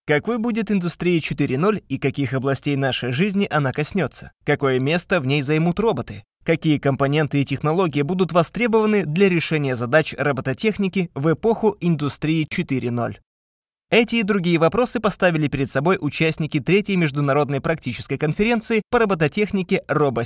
Какой будет индустрия 4.0 и каких областей нашей жизни она коснется? Какое место в ней займут роботы? Какие компоненты и технологии будут востребованы для решения задач робототехники в эпоху индустрии 4.0? Эти и другие вопросы поставили перед собой участники третьей международной практической конференции по робототехнике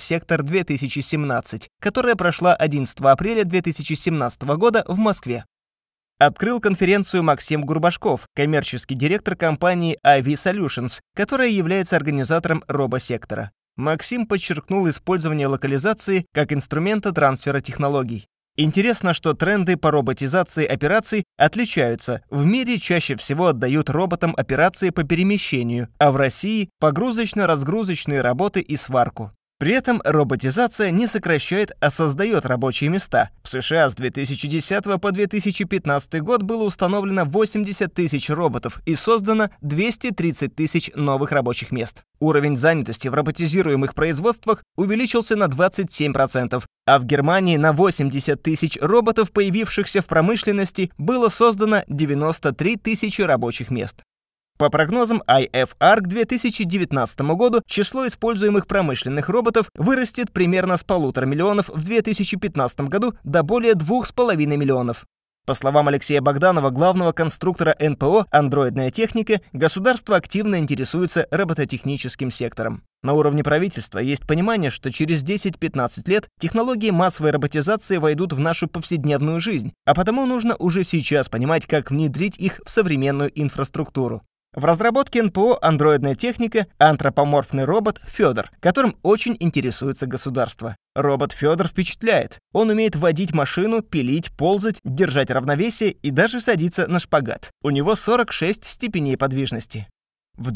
RoboSector-2017, которая прошла 11 апреля 2017 года в Москве. Открыл конференцию Максим Гурбашков, коммерческий директор компании IV Solutions, которая является организатором RoboSector. Максим подчеркнул использование локализации как инструмента трансфера технологий. Интересно, что тренды по роботизации операций отличаются. В мире чаще всего отдают роботам операции по перемещению, а в России – погрузочно-разгрузочные работы и сварку. При этом роботизация не сокращает, а создает рабочие места. В США с 2010 по 2015 год было установлено 80 тысяч роботов и создано 230 тысяч новых рабочих мест. Уровень занятости в роботизируемых производствах увеличился на 27%, а в Германии на 80 тысяч роботов, появившихся в промышленности, было создано 93 тысячи рабочих мест. По прогнозам IFR к 2019 году число используемых промышленных роботов вырастет примерно с 1,5 миллионов в 2015 году до более 2,5 миллионов. По словам Алексея Богданова, главного конструктора НПО «Андроидная техника», государство активно интересуется робототехническим сектором. На уровне правительства есть понимание, что через 10-15 лет технологии массовой роботизации войдут в нашу повседневную жизнь, а потому нужно уже сейчас понимать, как внедрить их в современную инфраструктуру. В разработке НПО «Андроидная техника» антропоморфный робот Федор, которым очень интересуется государство. Робот Федор впечатляет. Он умеет водить машину, пилить, ползать, держать равновесие и даже садиться на шпагат. У него 46 степеней подвижности. В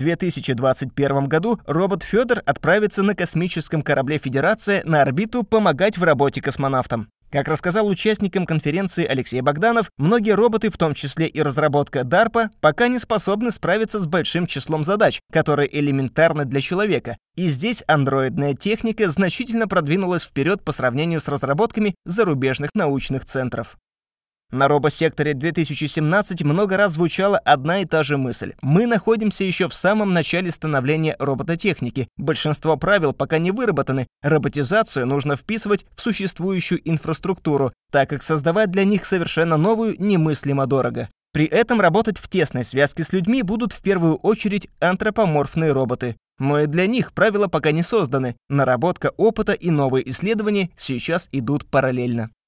2021 году робот Федор отправится на космическом корабле «Федерация» на орбиту помогать в работе космонавтам. Как рассказал участникам конференции Алексей Богданов, многие роботы, в том числе и разработка DARPA, пока не способны справиться с большим числом задач, которые элементарны для человека. И здесь андроидная техника значительно продвинулась вперед по сравнению с разработками зарубежных научных центров. На RoboSector 2017 много раз звучала одна и та же мысль. Мы находимся еще в самом начале становления робототехники. Большинство правил пока не выработаны. Роботизацию нужно вписывать в существующую инфраструктуру, так как создавать для них совершенно новую немыслимо дорого. При этом работать в тесной связке с людьми будут в первую очередь антропоморфные роботы. Но и для них правила пока не созданы. Наработка опыта и новые исследования сейчас идут параллельно.